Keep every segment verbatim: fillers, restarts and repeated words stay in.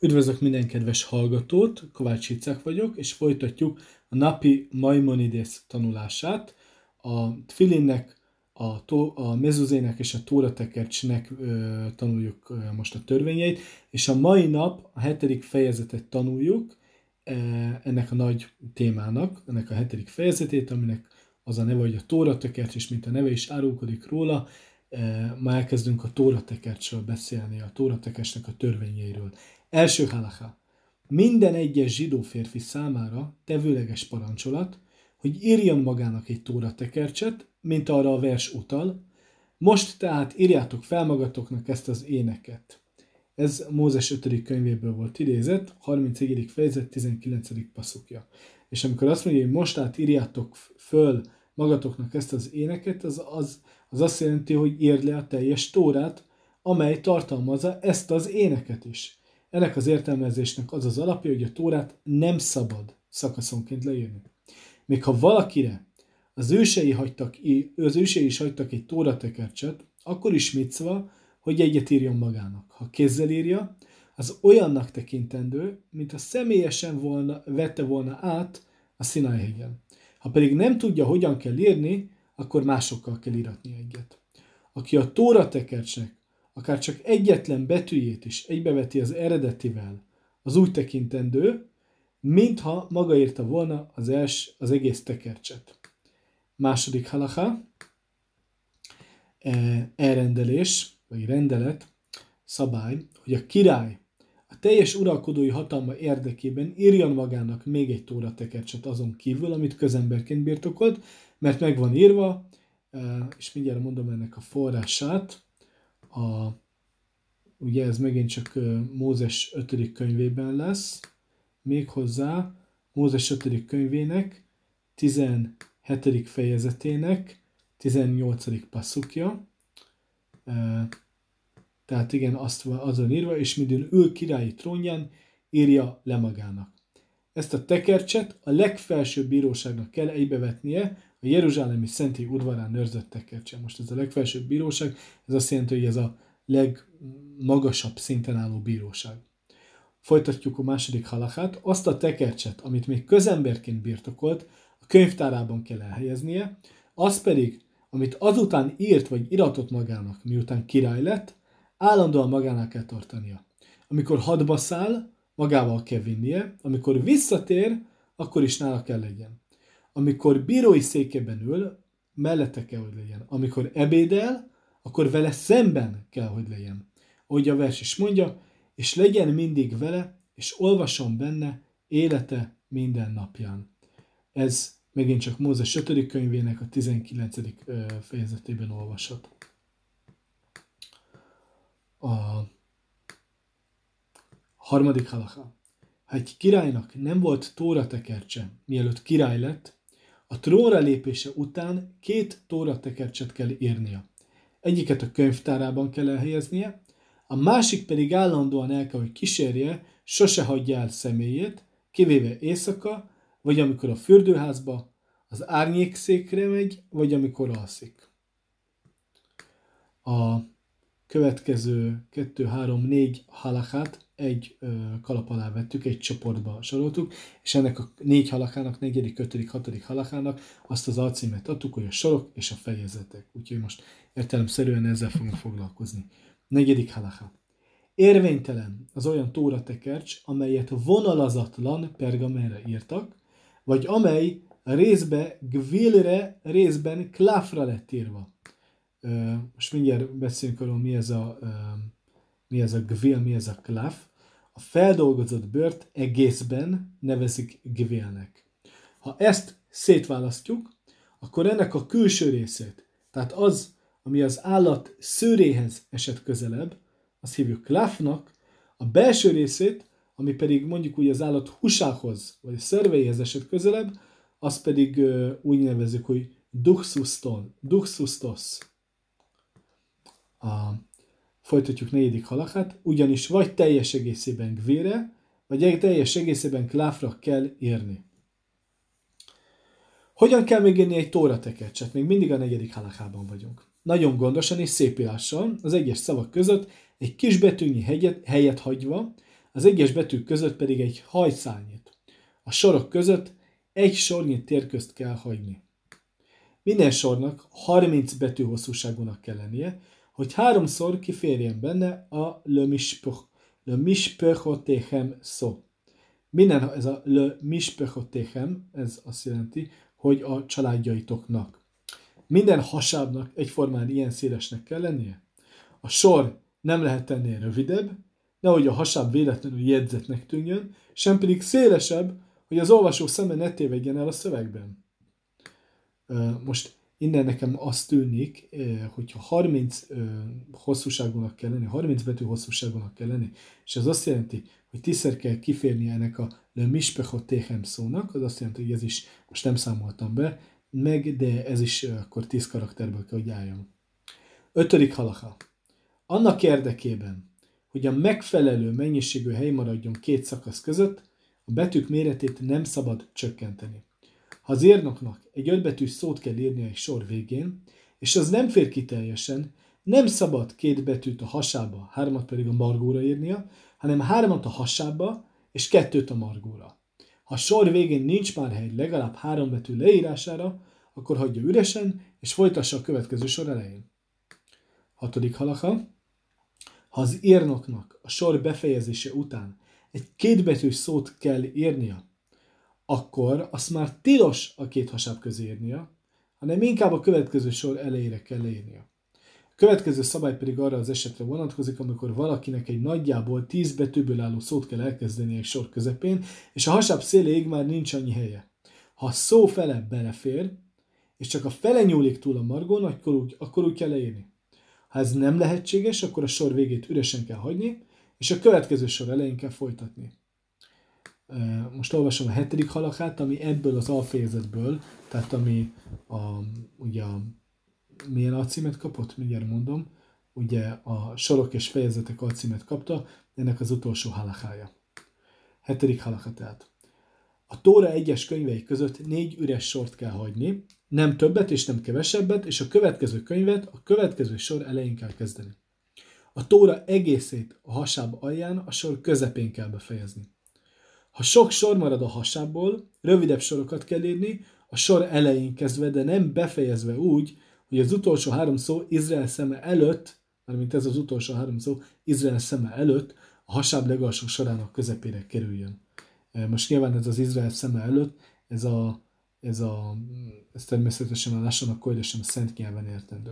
Üdvözlök minden kedves hallgatót, Kovács Icák vagyok, és folytatjuk a napi Maimonides tanulását. A Tfilinnek, a, tó, a mezuzének és a tóratekercsnek ö, tanuljuk ö, most a törvényeit, és a mai nap a hetedik fejezetet tanuljuk, e, ennek a nagy témának, ennek a hetedik fejezetét, aminek az a neve, hogy a tóratekercs, és mint a neve is árulkodik róla, e, ma elkezdünk a tóratekercsről beszélni, a tóratekercsnek a törvényeiről. Első halacha. Minden egyes zsidó férfi számára tevőleges parancsolat, hogy írjon magának egy tóratekercset, mint arra a vers utal. Most tehát írjátok fel magatoknak ezt az éneket. Ez Mózes ötödik könyvéből volt idézett, harmincegyedik fejezet, tizenkilencedik passzukja. És amikor azt mondja, hogy most tehát írjátok föl magatoknak ezt az éneket, az, az, az azt jelenti, hogy írd le a teljes tórát, amely tartalmazza ezt az éneket is. Ennek az értelmezésnek az az alapja, hogy a tórát nem szabad szakaszonként leírni. Még ha valakire az ősei, hagytak, az ősei is hagytak egy tóratekercset, akkor is micva, hogy egyet írjon magának. Ha kézzel írja, az olyannak tekintendő, mint ha személyesen volna, vette volna át a Szináj-hegyen. Ha pedig nem tudja, hogyan kell írni, akkor másokkal kell íratni egyet. Aki a tóratekercsnek akár csak egyetlen betűjét is egybeveti az eredetivel, az úgy tekintendő, mintha maga írta volna az, els, az egész tekercset. Második halacha, elrendelés, vagy rendelet, szabály, hogy a király a teljes uralkodói hatalma érdekében írjon magának még egy tóratekercset azon kívül, amit közemberként birtokolt, mert meg van írva, és mindjárt mondom ennek a forrását, A, ugye ez megint csak Mózes ötödik könyvében lesz, méghozzá Mózes ötödik könyvének tizenhetedik fejezetének tizennyolcadik passzukja. Tehát igen, azt azon írva, és midőn ül királyi trónján, írja le magának. Ezt a tekercset a legfelsőbb bíróságnak kell egybevetnie, a jeruzsálemi szentély udvarán őrzött tekercse. Most ez a legfelsőbb bíróság, ez azt jelenti, hogy ez a legmagasabb szinten álló bíróság. Folytatjuk a második halachát. Azt a tekercset, amit még közemberként birtokolt, a könyvtárában kell elhelyeznie, az pedig, amit azután írt vagy iratott magának, miután király lett, állandóan magának kell tartania. Amikor hadba száll, magával kell vinnie, amikor visszatér, akkor is nála kell legyen. Amikor bírói székében ül, mellette kell, hogy legyen. Amikor ebédel, akkor vele szemben kell, hogy legyen. Ahogy a vers is mondja, és legyen mindig vele, és olvasson benne élete minden napján. Ez megint csak Mózes ötödik könyvének a tizenkilencedik fejezetében olvashat. A harmadik halacha. Ha egy királynak nem volt tóratekercse, mielőtt király lett, a trónra lépése után két tóratekercset kell írnia. Egyiket a könyvtárában kell elhelyeznie, a másik pedig állandóan el kell, hogy kísérje, sose hagyja el személyét, kivéve éjszaka, vagy amikor a fürdőházba, az árnyékszékre megy, vagy amikor alszik. A következő kettő, három, négy halachát egy ö, kalap alá vettük, egy csoportba soroltuk, és ennek a négy halachának, negyedik, ötödik, hatodik halachának azt az alcímet adtuk, hogy a sorok és a fejezetek. Úgyhogy most értelemszerűen ezzel fogunk foglalkozni. Negyedik halacha. Érvénytelen az olyan tóratekercs, amelyet vonalazatlan pergamenre írtak, vagy amely részbe gvilre, részben kláfra lett írva. Most mindjárt beszélünk arról, mi ez a, mi ez a gvil, mi ez a kláf. A feldolgozott bőrt egészben nevezik gvilnek. Ha ezt szétválasztjuk, akkor ennek a külső részét, tehát az, ami az állat szőréhez esett közelebb, azt hívjuk kláfnak, a belső részét, ami pedig mondjuk úgy az állat húsához, vagy a szerveihez esett közelebb, azt pedig úgy nevezzük, hogy duxuston, duxustos. A, folytatjuk negyedik halachát, ugyanis vagy teljes egészében gvére, vagy teljes egészében kláfra kell írni. Hogyan kell még írni egy tóratekercset? Még mindig a negyedik halachában vagyunk. Nagyon gondosan és szép írással az egyes szavak között egy kis betűnyi helyet, helyet hagyva, az egyes betűk között pedig egy hajszálnyit. A sorok között egy sornyi tér közt kell hagyni. Minden sornak harminc betű hosszúságúnak kell lennie, hogy háromszor kiférjen benne a le mishpech, le mishpechotechem szó. Minden, ez a le mishpechotechem, ez azt jelenti, hogy a családjaitoknak. Minden hasábnak egyformán ilyen szélesnek kell lennie. A sor nem lehet tenni rövidebb, nehogy a hasáb véletlenül jegyzetnek tűnjön, sem pedig szélesebb, hogy az olvasó szeme ne tévedjen el a szövegben. Most innen nekem azt tűnik, hogyha harminc hosszúságúnak kell lenni, harminc betű hosszúságúnak kell lenni, és ez azt jelenti, hogy tízszer kell kiférni ennek a le mishpechotechem szónak, az azt jelenti, hogy ez is, most nem számoltam be, meg, de ez is akkor tíz karakterből kell, hogy álljon. Ötödik halacha. Annak érdekében, hogy a megfelelő mennyiségű hely maradjon két szakasz között, a betűk méretét nem szabad csökkenteni. Ha az írnoknak egy ötbetűs szót kell írnia egy sor végén, és az nem fér ki teljesen, nem szabad két betűt a hasába, hármat pedig a margóra írnia, hanem hármat a hasába, és kettőt a margóra. Ha a sor végén nincs már hely legalább három betű leírására, akkor hagyja üresen, és folytassa a következő sor elején. Hatodik halacha. Ha az írnoknak a sor befejezése után egy kétbetűs szót kell írnia, akkor azt már tilos a két hasáb közé írnia, hanem inkább a következő sor elejére kell leírnia. A következő szabály pedig arra az esetre vonatkozik, amikor valakinek egy nagyjából tíz betűből álló szót kell elkezdeni egy sor közepén, és a hasáb széléig már nincs annyi helye. Ha a szó fele belefér, és csak a fele nyúlik túl a margón, akkor úgy, akkor úgy kell leírni. Ha ez nem lehetséges, akkor a sor végét üresen kell hagyni, és a következő sor elején kell folytatni. Most olvasom a hetedik halakát, ami ebből az alfejezetből, tehát ami a, ugye a, milyen alcímet kapott, mindjárt mondom, ugye a sorok és fejezetek alcímet kapta, ennek az utolsó halakája. Hetedik halaka tehát. A Tóra egyes könyvei között négy üres sort kell hagyni, nem többet és nem kevesebbet, és a következő könyvet a következő sor elején kell kezdeni. A Tóra egészét a hasáb alján a sor közepén kell befejezni. Ha sok sor marad a hasábból, rövidebb sorokat kell írni, a sor elején kezdve, de nem befejezve úgy, hogy az utolsó három szó Izrael szeme előtt, mármint ez az utolsó három szó Izrael szeme előtt, a hasáb legalsó sorának közepére kerüljön. Most nyilván ez az Izrael szeme előtt, ez, a, ez, a, ez természetesen a Lashon HaKodesh, a szent nyelven értendő.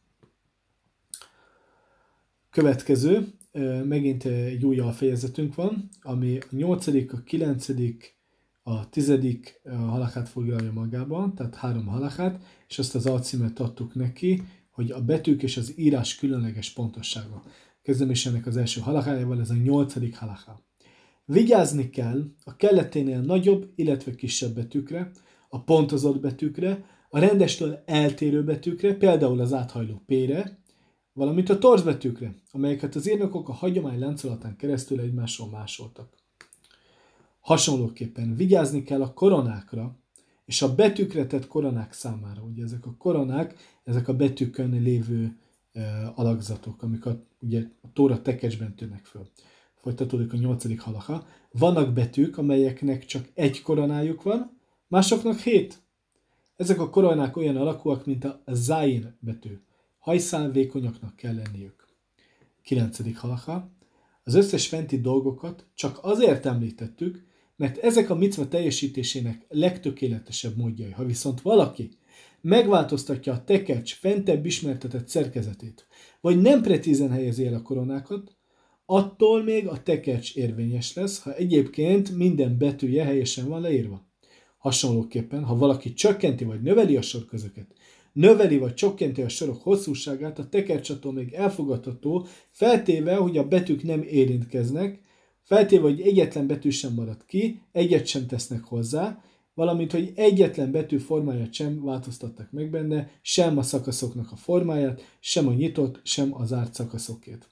Következő, megint egy új alfejezetünk van, ami a nyolcadik, a kilencedik, a tizedik halakát foglalja magába, tehát három halakát, és azt az alcímet adtuk neki, hogy a betűk és az írás különleges pontossága. Kezdem is ennek az első halakájával, ez a nyolcadik halaká. Vigyázni kell a kelleténél nagyobb, illetve kisebb betűkre, a pontozott betűkre, a rendestől eltérő betűkre, például az áthajló P-re, valamint a torzbetűkre, amelyeket az írnokok a hagyomány láncolatán keresztül egymásról másoltak. Hasonlóképpen vigyázni kell a koronákra, és a betűkre tett koronák számára. Ugye ezek a koronák, ezek a betűkön lévő e, alakzatok, amik a, ugye, a Tóra tekercsben tűnnek föl. Folytatódik a nyolcadik halaka. Vannak betűk, amelyeknek csak egy koronájuk van, másoknak hét. Ezek a koronák olyan alakúak, mint a záin betű. Hajszál vékonyaknak kell lenniük. kilencedik halaka. Az összes fenti dolgokat csak azért említettük, mert ezek a micva teljesítésének legtökéletesebb módjai. Ha viszont valaki megváltoztatja a tekercs fentebb ismertetett szerkezetét, vagy nem precízen helyezi el a koronákat, attól még a tekercs érvényes lesz, ha egyébként minden betűje helyesen van leírva. Hasonlóképpen, ha valaki csökkenti vagy növeli a sorközöket, növeli vagy csökkenti a sorok hosszúságát, a tekercs attól még elfogadható, feltéve, hogy a betűk nem érintkeznek, feltéve, hogy egyetlen betű sem marad ki, egyet sem tesznek hozzá, valamint, hogy egyetlen betű formáját sem változtattak meg benne, sem a szakaszoknak a formáját, sem a nyitott, sem a zárt szakaszokét.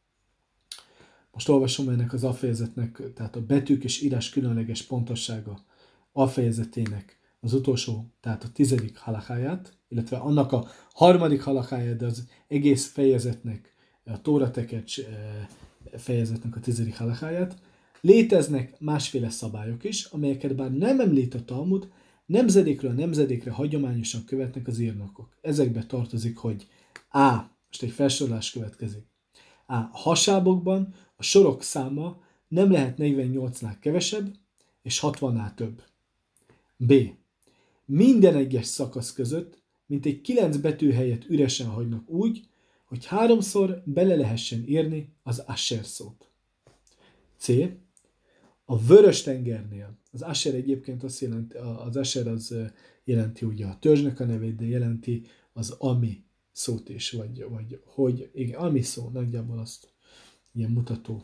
Most olvasom ennek az alfejezetnek, tehát a betűk és írás különleges pontossága alfejezetének az utolsó, tehát a tizedik halakáját, illetve annak a harmadik halakáját, de az egész fejezetnek, a Tóra tekercs fejezetnek a tizedik halakáját. Léteznek másféle szabályok is, amelyeket bár nem említ a Talmud, nemzedékről nemzedékre hagyományosan követnek az írnokok. Ezekbe tartozik, hogy A. Most egy felsorolás következik. A. Hasábokban a sorok száma nem lehet negyvennyolcnál kevesebb, és hatvannál több. B. Minden egyes szakasz között mintegy kilenc betű helyet üresen hagynak úgy, hogy háromszor bele lehessen írni az Asher szót. C. A Vörös-tengernél, az Asher egyébként azt jelenti, az Asher az jelenti ugye a törzsnek a nevét, de jelenti az Ami szót is, vagy, vagy hogy, igen, Ami szó, nagyjából azt ilyen mutató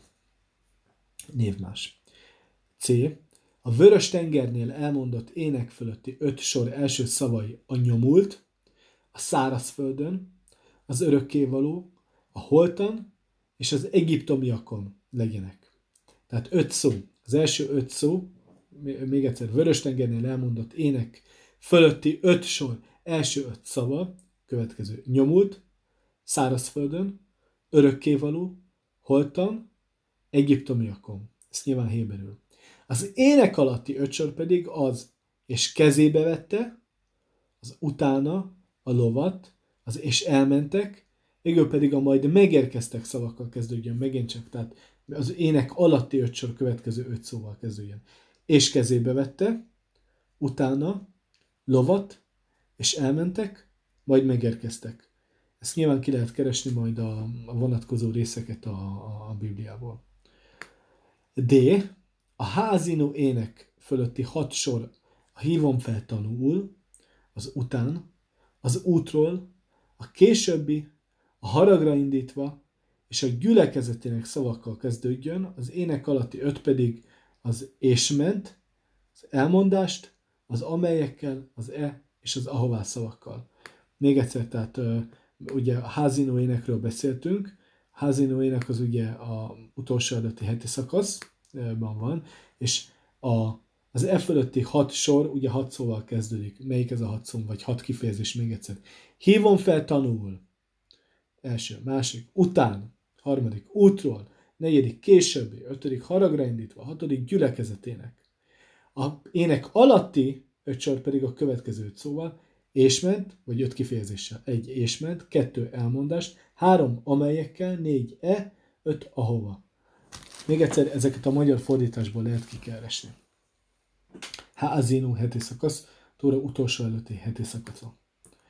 névmás. C. A Vörös-tengernél elmondott ének fölötti öt sor első szavai a nyomult, a szárazföldön, az örökkévaló, a holtan és az egyiptomiakon legyenek. Tehát öt szó. Az első öt szó, még egyszer, Vörös-tengernél elmondott ének fölötti öt sor első öt szava, következő nyomult, szárazföldön, örökkévaló, holtan, egyiptomiakon. Ez nyilván héberül. Az ének alatti öt sor pedig az, és kezébe vette, az utána, a lovat, az és elmentek, végül pedig a majd megérkeztek szavakkal kezdődjön megint csak, tehát az ének alatti öt sor következő öt szóval kezdődjön. És kezébe vette, utána, lovat, és elmentek, majd megérkeztek. Ezt nyilván ki lehet keresni majd a, a vonatkozó részeket a, a, a Bibliából. D. A házinu ének fölötti hat sor a hívom fel tanul, az után, az útról, a későbbi, a haragra indítva, és a gyülekezetének szavakkal kezdődjön, az ének alatti öt pedig az és ment, az elmondást, az amelyekkel, az e és az ahová szavakkal. Még egyszer, tehát ugye a házinó énekről beszéltünk, a házinó ének az ugye a utolsó előtti heti szakaszban van, és a, az e fölötti hat sor ugye hat szóval kezdődik. Melyik ez a hat szó, vagy hat kifejezés még egyszer? Hívom fel tanul. Első, másik, után, harmadik, útról, negyedik, későbbi, ötödik, haragra indítva, hatodik, gyülekezetének. A ének alatti öt sor pedig a következő öt szóval, és ment, vagy öt kifejezéssel. Egy és ment, kettő elmondás, három amelyekkel, négy e, öt ahova. Még egyszer ezeket a magyar fordításból lehet kikeresni. Házinu heti szakasz, Tóra utolsó előtti heti szakasza.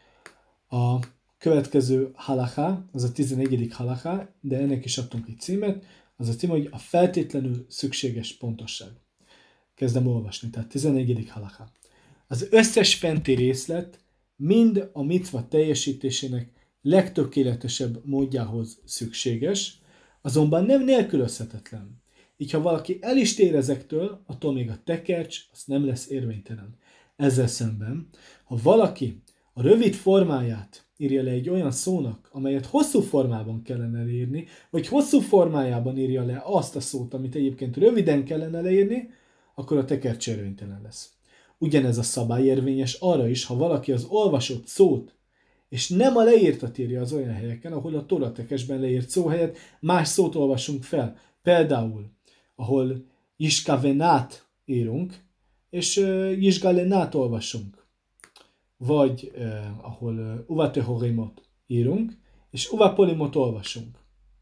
A következő halaká, az a tizenegyedik halaká, de ennek is adtunk egy címet, az a cím, hogy a feltétlenül szükséges pontosság. Kezdem olvasni, tehát tizenegyedik halaká. Az összes fenti részlet mind a micva teljesítésének legtökéletesebb módjához szükséges, azonban nem nélkülözhetetlen. Így ha valaki el is tér ezektől, attól még a tekercs az nem lesz érvénytelen. Ezzel szemben, ha valaki a rövid formáját írja le egy olyan szónak, amelyet hosszú formában kellene leírni, vagy hosszú formájában írja le azt a szót, amit egyébként röviden kellene leírni, akkor a tekercs érvénytelen lesz. Ugyanez a szabály érvényes arra is, ha valaki az olvasott szót, és nem a leírtat írja az olyan helyeken, ahol a tóratekesben leírt szó helyett más szót olvasunk fel. Például, ahol Jiskavenát írunk, és uh, Jisgalenát olvasunk. Vagy uh, ahol uh, Uvatehorimot írunk, és Uvapolimot olvasunk.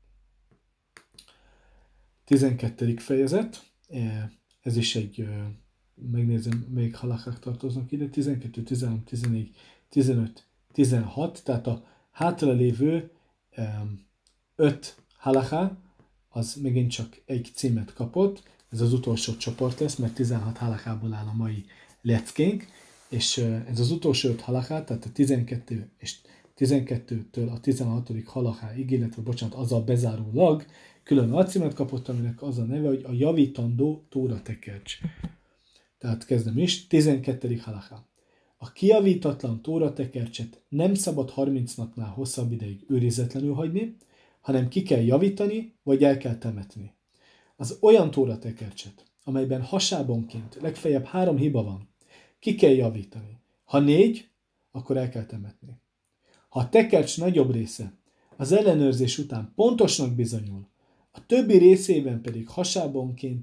tizenkettedik fejezet. Ez is egy, uh, megnézem, melyik halakák tartoznak ide. tizenkettő, tizenhárom, tizennégy, tizenöt, tizenhat. Tehát a hátralévő um, öt halaká, az megint csak egy címet kapott. Ez az utolsó csoport lesz, mert tizenhat halakából áll a mai leckénk, és ez az utolsó öt halaká, tehát a tizenkettő és tizenkettőtől a tizenhatodik halakáig, illetve bocsánat, azzal bezárólag külön alcímet kapott, aminek az a neve, hogy a javítandó tóratekercs. Tehát kezdem is, tizenkettedik halaká. A kijavítatlan tóratekercset nem szabad harminc napnál hosszabb ideig őrizetlenül hagyni, hanem ki kell javítani, vagy el kell temetni. Az olyan tóratekercset, amelyben hasában,ként legfeljebb három hiba van, ki kell javítani. Ha négy, akkor el kell temetni. Ha a tekercs nagyobb része az ellenőrzés után pontosnak bizonyul, a többi részében pedig hasában,ként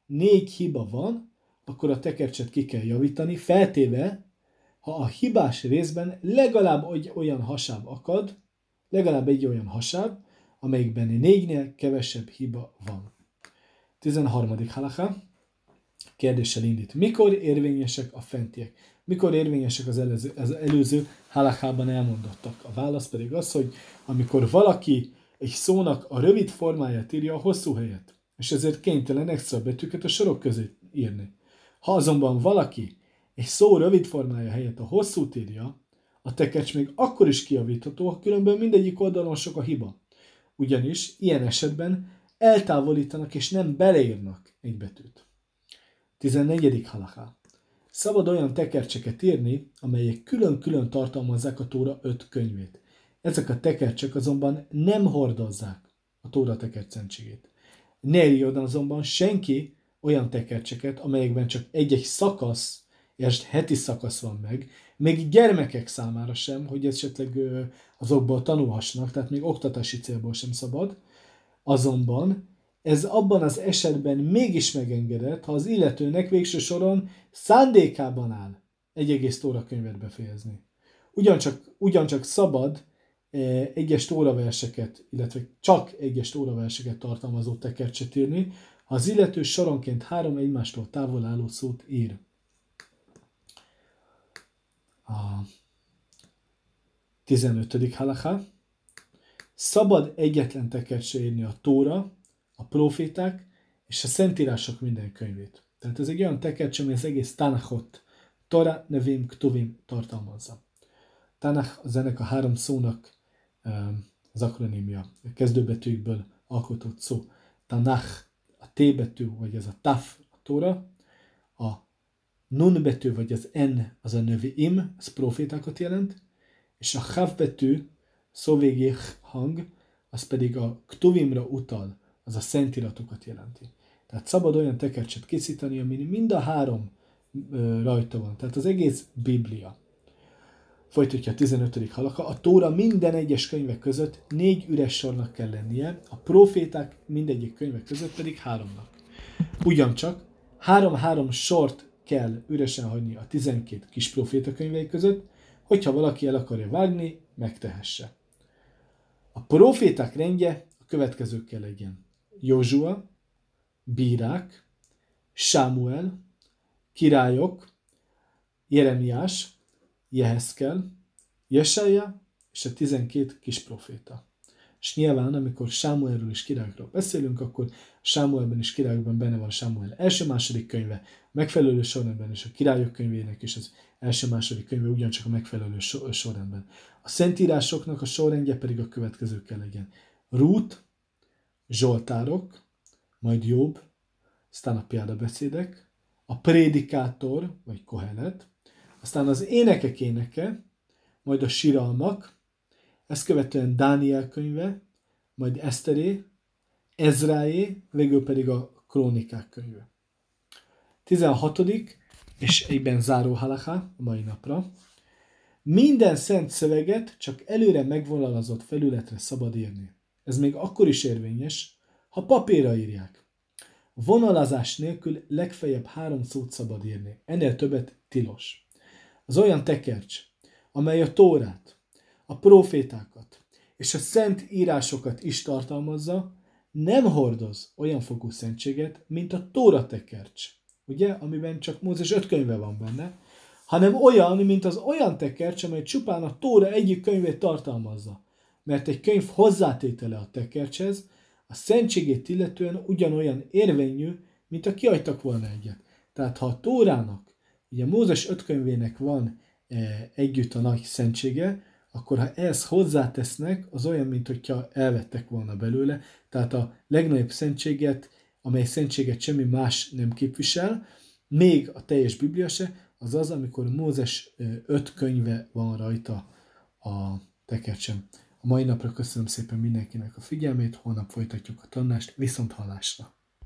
négy hiba van, akkor a tekercset ki kell javítani, feltéve, ha a hibás részben legalább egy olyan hasáb akad, legalább egy olyan hasáb, amelyikben négynél kevesebb hiba van. tizenharmadik halacha. Kérdéssel indít. Mikor érvényesek a fentiek? Mikor érvényesek az előző, az előző halachában elmondottak? A válasz pedig az, hogy amikor valaki egy szónak a rövid formáját írja a hosszú helyet, és ezért kénytelen extra betűket a sorok közé írni. Ha azonban valaki egy szó rövid formája helyett a hosszút írja, a tekercs még akkor is kijavítható, ha különben mindegyik oldalon sok a hiba. Ugyanis ilyen esetben eltávolítanak és nem beleírnak egy betűt. tizennegyedik halacha. Szabad olyan tekercseket írni, amelyek külön-külön tartalmazzák a Tóra öt könyvét. Ezek a tekercsek azonban nem hordozzák a Tóra tekercszentségét. Ne írjon azonban senki olyan tekercseket, amelyekben csak egy-egy szakasz, és heti szakasz van meg, még gyermekek számára sem, hogy esetleg azokból tanulhassanak, tehát még oktatási célból sem szabad. Azonban ez abban az esetben mégis megengedett, ha az illetőnek végső soron szándékában áll egy egész Tóra könyvet befejezni. Ugyancsak, ugyancsak szabad egyes tóraverseket, illetve csak egyes tóraverseket tartalmazó tekercset írni, ha az illető soronként három egymástól távol álló szót ír. A tizenötödik halacha. Szabad egyetlen tekercsre írni a Tóra, a proféták és a szentírások minden könyvét. Tehát ez egy olyan tekercs, ami az egész Tanachot, Tora, Nevim, Ktuvim tartalmazza. Tanach az ennek a három szónak az akronimja, a kezdőbetűkből alkotott szó. Tanach, a T betű, vagy ez a Taf, a Tóra, a Nun betű, vagy az N, az a Neviim, az profétákat jelent, és a Chav betű, szóvégi hang, az pedig a Ktuvimra utal, az a szentiratokat jelenti. Tehát szabad olyan tekercset készíteni, ami mind a három ö, rajta van. Tehát az egész Biblia. Folytatja a tizenötödik halacha. A Tóra minden egyes könyvek között négy üres sornak kell lennie, a proféták mindegyik könyvek között pedig háromnak. Ugyancsak három-három sort kell üresen hagyni a tizenkét kis proféta könyvei között, hogyha valaki el akarja vágni, megtehesse. A proféták rendje a következőkkel legyen. Józsua, bírák, Sámuel, királyok, Jeremiás, Jehezkel, Jesaja és a tizenkét kis proféta. És nyilván, amikor Sámuelről és királyokról beszélünk, akkor Sámuelben és királyokban benne van Sámuel első-második könyve, megfelelő sorrendben, és a királyok könyvének is az első-második könyve ugyancsak a megfelelő sorrendben. A szentírásoknak a sorrendje pedig a következőkkel legyen. Rút, Zsoltárok, majd Jobb, aztán a példabeszédek, a prédikátor, vagy Kohelet, aztán az énekek éneke, majd a siralmak, ezt követően Dániel könyve, majd Eszteré, Ezráé, végül pedig a krónikák könyve. tizenhatodik és egyben záró halacha a mai napra. Minden szent szöveget csak előre megvonalazott felületre szabad írni. Ez még akkor is érvényes, ha papírra írják. Vonalazás nélkül legfeljebb három szót szabad írni. Ennél többet tilos. Az olyan tekercs, amely a Tórát, a profétákat és a szent írásokat is tartalmazza, nem hordoz olyan fokú szentséget, mint a Tóra tekercs, ugye, amiben csak Mózes öt könyve van benne, hanem olyan, mint az olyan tekercs, amely csupán a Tóra egyik könyvét tartalmazza. Mert egy könyv hozzátétele a tekercshez, a szentségét illetően ugyanolyan érvényű, mint a kihagytak volna egyet. Tehát ha a Tórának, ugye Mózes öt könyvének van e, együtt a nagy szentsége, akkor ha ezt hozzátesznek, az olyan, mint hogyha elvettek volna belőle. Tehát a legnagyobb szentséget, amely szentséget semmi más nem képvisel, még a teljes Biblia se, az az, amikor Mózes öt könyve van rajta a tekercsen. A mai napra köszönöm szépen mindenkinek a figyelmét, holnap folytatjuk a tanulást, viszont hallásra!